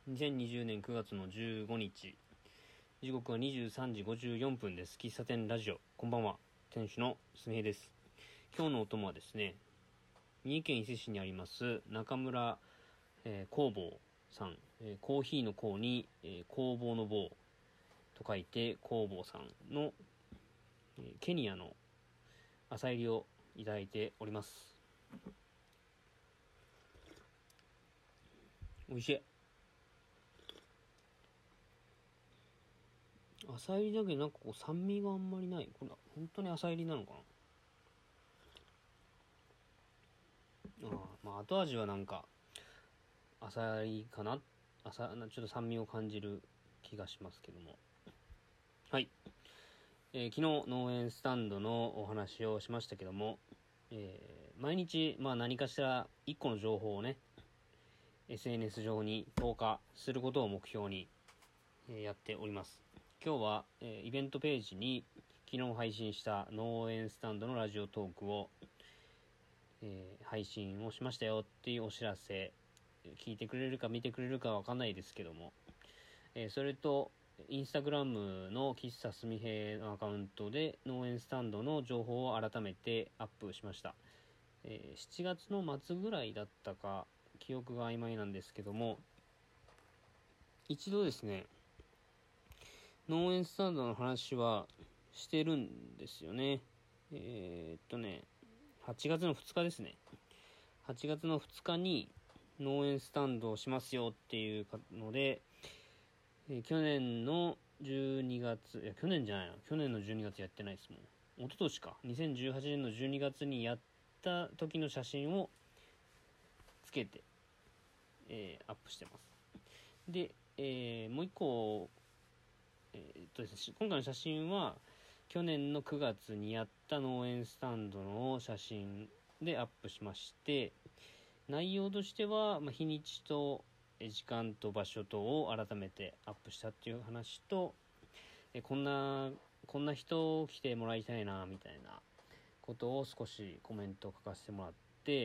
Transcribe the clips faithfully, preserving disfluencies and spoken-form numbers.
にせんにじゅうねんくがつのじゅうごにち、時刻はにじゅうさんじごじゅうよんぷんです。喫茶店ラジオ、こんばんは。店主のすみへいです。今日のお供はですね、三重県伊勢市にあります中村、えー、工房さん、えー、コーヒーのコーに、えー、工房の房と書いて工房さんの、えー、ケニアの朝入りをいただいております。おいしい。朝入りだけどなんかこう酸味があんまりない。これ本当に朝入りなのかな。ああ、まあ後味はなんか朝入りかな。朝ちょっと酸味を感じる気がしますけども。はい。えー、昨日農園スタンドのお話をしましたけども、えー、毎日まあ何かしら一個の情報をね エスエヌエス 上に投下することを目標に、えー、やっております。今日は、えー、イベントページに昨日配信した農園スタンドのラジオトークを、えー、配信をしましたよっていうお知らせ、聞いてくれるか見てくれるかわかんないですけども、えー、それとインスタグラムの喫茶すみへいのアカウントで農園スタンドの情報を改めてアップしました。えー、しちがつの末ぐらいだったか記憶が曖昧なんですけども、一度ですね農園スタンドの話はしてるんですよね。えー、っとねはちがつのふつかですね。はちがつのふつかに農園スタンドをしますよっていうので、えー、去年のじゅうにがつ、いや去年じゃないな、去年のじゅうにがつやってないですもん。一昨年か、にせんじゅうはちねんのじゅうにがつにやった時の写真をつけて、えー、アップしてます。で、えー、もう一個、えー、っとですね、今回の写真は去年のくがつにやった農園スタンドの写真でアップしまして、内容としては、まあ、日にちと時間と場所とを改めてアップしたっていう話と、えこんなこんな人来てもらいたいなみたいなことを少しコメントを書かせてもらって、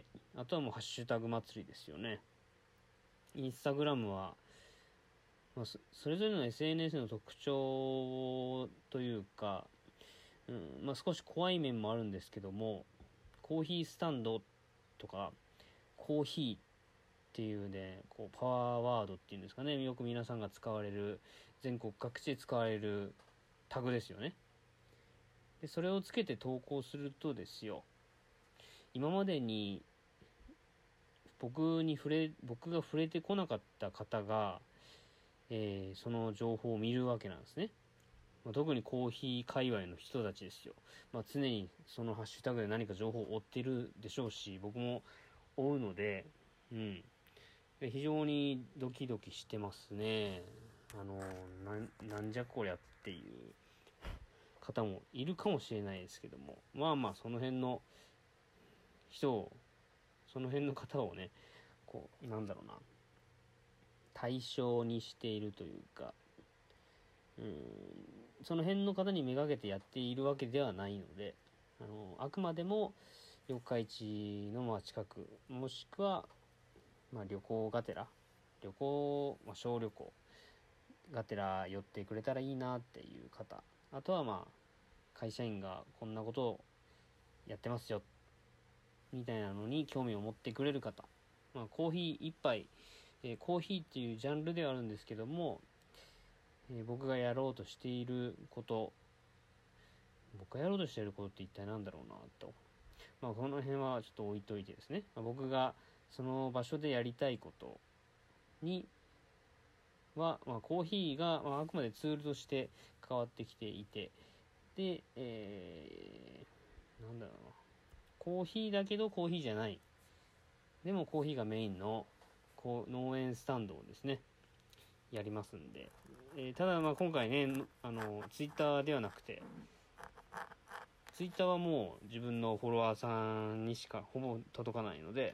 あとはもうハッシュタグ祭りですよね。インスタグラムは、まあ、それぞれの エスエヌエス の特徴というか、うんまあ、少し怖い面もあるんですけども、コーヒースタンドとかコーヒーっていうね、こうパワーワードっていうんですかね、よく皆さんが使われる、全国各地で使われるタグですよね。でそれをつけて投稿するとですよ、今までに僕に触れ僕が触れてこなかった方が、えー、その情報を見るわけなんですね。まあ、特にコーヒー界隈の人たちですよ。まあ、常にそのハッシュタグで何か情報を追ってるでしょうし、僕も追うので、うん。非常にドキドキしてますね。あの、な、なんじゃこりゃっていう方もいるかもしれないですけども、まあまあその辺の人を、その辺の方をね、こう、なんだろうな、対象にしているというか、うーん、その辺の方にめがけてやっているわけではないので、あの、あくまでも四日市のまあ近く、もしくは、まあ旅行がてら、旅行、まあ、小旅行がてら寄ってくれたらいいなっていう方、あとはまあ会社員がこんなことをやってますよみたいなのに興味を持ってくれる方、まあ、コーヒー一杯、えー、コーヒーっていうジャンルではあるんですけども、えー、僕がやろうとしていること僕がやろうとしていることって一体何だろうなと、まあこの辺はちょっと置いといてですね、まあ、僕がその場所でやりたいことには、まあ、コーヒーが、まあ、あくまでツールとして変わってきていて、で、えー、なんだろうな、コーヒーだけどコーヒーじゃない、でもコーヒーがメインのこう農園スタンドをですねやりますんで、えー、ただまあ今回ね、あのツイッターではなくて、ツイッターはもう自分のフォロワーさんにしかほぼ届かないので、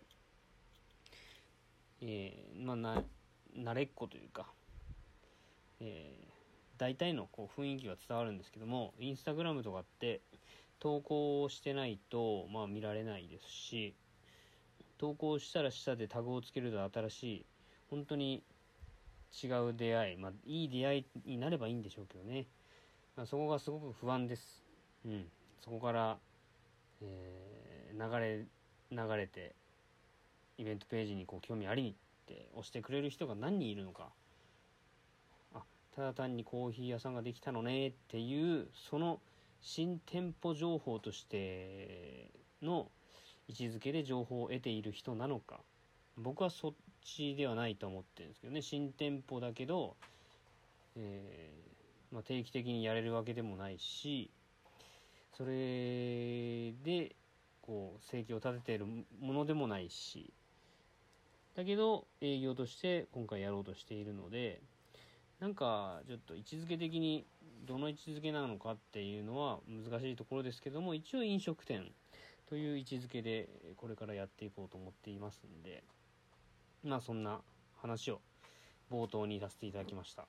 えー、まあな慣れっこというか、えー、大体のこう雰囲気が伝わるんですけども、インスタグラムとかって投稿してないとまあ見られないですし、投稿したら下でタグをつけると新しい本当に違う出会い、まあ、いい出会いになればいいんでしょうけどね、まあ、そこがすごく不安です。うん、そこから、えー、流れ流れてイベントページにこう興味ありにって押してくれる人が何人いるのか、あ、ただ単にコーヒー屋さんができたのねっていうその新店舗情報としての位置づけで情報を得ている人なのか、僕はそっちではないと思ってるんですけどね。新店舗だけど、えーまあ、定期的にやれるわけでもないし、それでこう生計を立てているものでもないし、だけど営業として今回やろうとしているので、なんかちょっと位置づけ的にどの位置づけなのかっていうのは難しいところですけども、一応飲食店という位置づけでこれからやっていこうと思っていますんで、まあそんな話を冒頭にさせていただきました。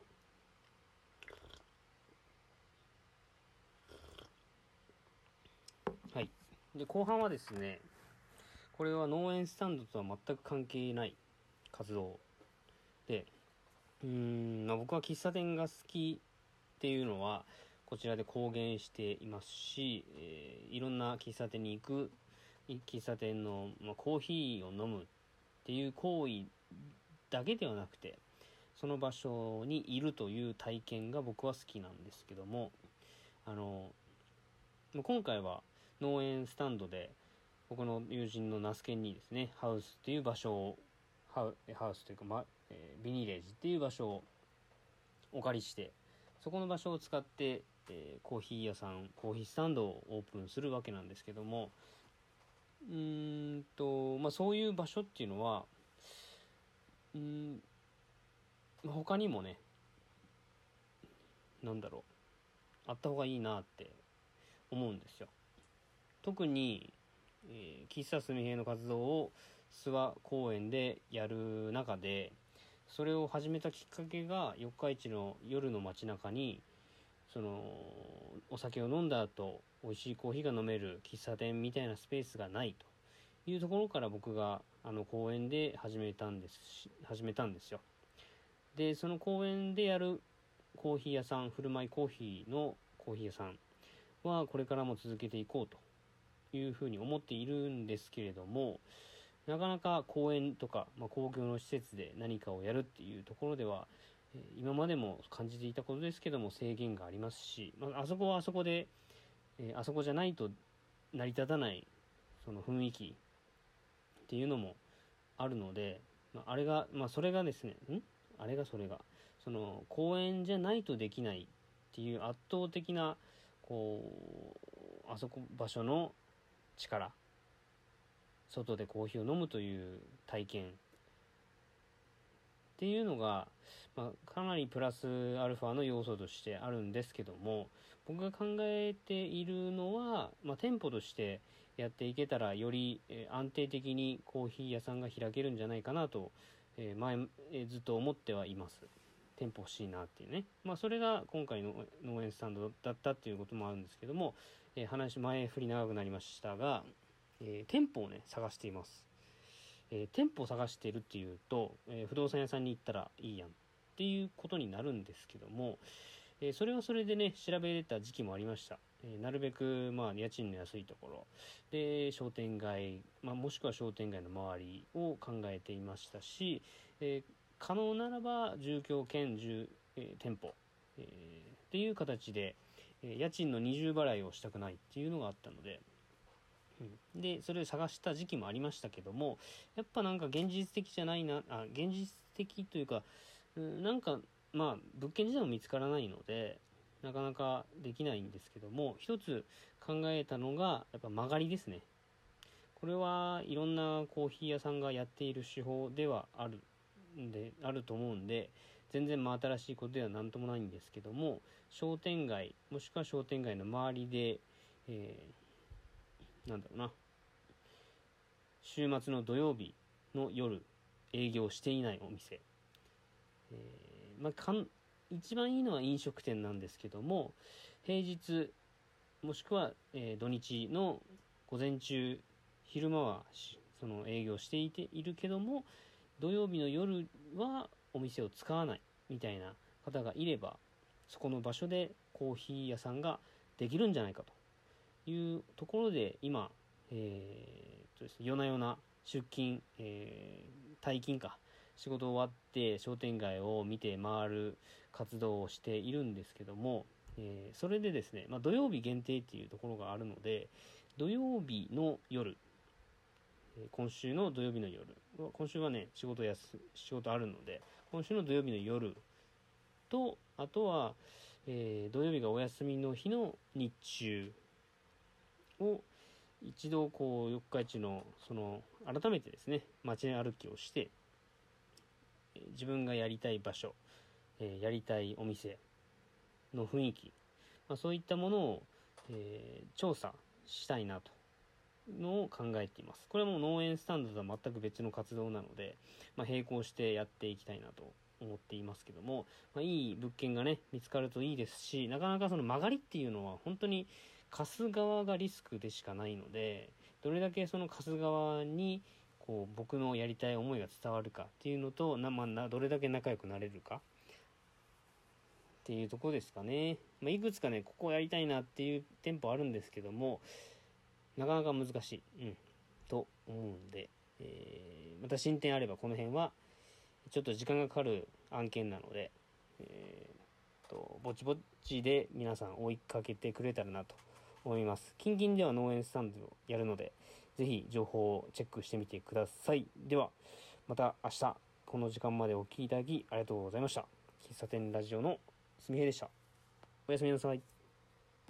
はい。で、後半はですね、これは農園スタンドとは全く関係ない活動で、うーん、まあ、僕は喫茶店が好きっていうのはこちらで公言していますし、えー、いろんな喫茶店に行く、喫茶店の、まあ、コーヒーを飲むっていう行為だけではなくて、その場所にいるという体験が僕は好きなんですけども、あの今回は農園スタンドで僕の友人のナスケンにですね、ハウスっていう場所をハウハウスというか、まえー、ビニレージっていう場所をお借りして、そこの場所を使って、えー、コーヒー屋さんコーヒースタンドをオープンするわけなんですけども、うーんと、まあ、そういう場所っていうのはうーん他にもね、なんだろう、あった方がいいなって思うんですよ。特に、えー、喫茶すみへいの活動を諏訪公園でやる中で、それを始めたきっかけが四日市の夜の街中に、そのお酒を飲んだ後美味しいコーヒーが飲める喫茶店みたいなスペースがないというところから僕があの公園で始めたんです始めたんですよ。で、その公園でやるコーヒー屋さん、振る舞いコーヒーのコーヒー屋さんはこれからも続けていこうというふうに思っているんですけれども、なかなか公園とか、まあ、公共の施設で何かをやるっていうところでは、えー、今までも感じていたことですけども制限がありますし、まあ、あそこはあそこで、えー、あそこじゃないと成り立たないその雰囲気っていうのもあるので、まあ、あれが、まあ、それがですね、んあれがそれがその公園じゃないとできないっていう圧倒的なこうあそこ場所の力、外でコーヒーを飲むという体験っていうのが、まあ、かなりプラスアルファの要素としてあるんですけども、僕が考えているのは、まあ、店舗としてやっていけたらより、えー、安定的にコーヒー屋さんが開けるんじゃないかなと、えー、前、えー、ずっと思ってはいます。店舗欲しいなっていうね、まあ、それが今回の農園スタンドだったっていうこともあるんですけども、えー、話前振り長くなりましたが、えー、店舗をね探しています。えー、店舗を探しているっていうと、えー、不動産屋さんに行ったらいいやんっていうことになるんですけども、えー、それはそれでね調べれた時期もありました。えー、なるべくまあ家賃の安いところで商店街、まあ、もしくは商店街の周りを考えていましたし、えー、可能ならば住居兼住、えー、店舗、えー、っていう形で、えー、家賃の二重払いをしたくないっていうのがあったので、うん、でそれを探した時期もありましたけども、やっぱなんか現実的じゃないなあ現実的というか、うん、なんかまあ物件自体も見つからないのでなかなかできないんですけども、一つ考えたのがやっぱ曲がりですね。これはいろんなコーヒー屋さんがやっている手法ではあるんであると思うんで、全然真新しいことでは何ともないんですけども、商店街もしくは商店街の周りで、えーなんだろうな、週末の土曜日の夜営業していないお店、えーまあ、かん一番いいのは飲食店なんですけども、平日もしくは、えー土日の午前中昼間はその営業していているけども、土曜日の夜はお店を使わないみたいな方がいれば、そこの場所でコーヒー屋さんができるんじゃないかというところで、今、えー、とですね、夜な夜な出勤、えー、退勤か、仕事終わって商店街を見て回る活動をしているんですけども、えー、それでですね、まあ、土曜日限定っていうところがあるので、土曜日の夜、今週の土曜日の夜、今週はね仕事やす仕事あるので、今週の土曜日の夜と、あとは、えー、土曜日がお休みの日の日中を一度こう四日市のその改めてですね、街歩きをして、自分がやりたい場所、えー、やりたいお店の雰囲気、まあ、そういったものを、えー、調査したいなとのを考えています。これはもう農園スタンドとは全く別の活動なので、まあ、並行してやっていきたいなと思っていますけども、まあ、いい物件がね見つかるといいですし、なかなかその曲がりっていうのは本当に貸す側がリスクでしかないので、どれだけその貸す側にこう僕のやりたい思いが伝わるかっていうのと、な、まあ、などれだけ仲良くなれるかっていうところですかね。まあ、いくつかねここやりたいなっていう店舗あるんですけども、なかなか難しい、うん、と思うんで、えー、また進展あればこの辺はちょっと時間がかかる案件なので、えー、とぼちぼちで皆さん追いかけてくれたらなと思います。近々では農園スタンドをやるので、ぜひ情報をチェックしてみてください。ではまた明日この時間までお聞きいただきありがとうございました。喫茶店ラジオのすみへいでした。おやすみなさい。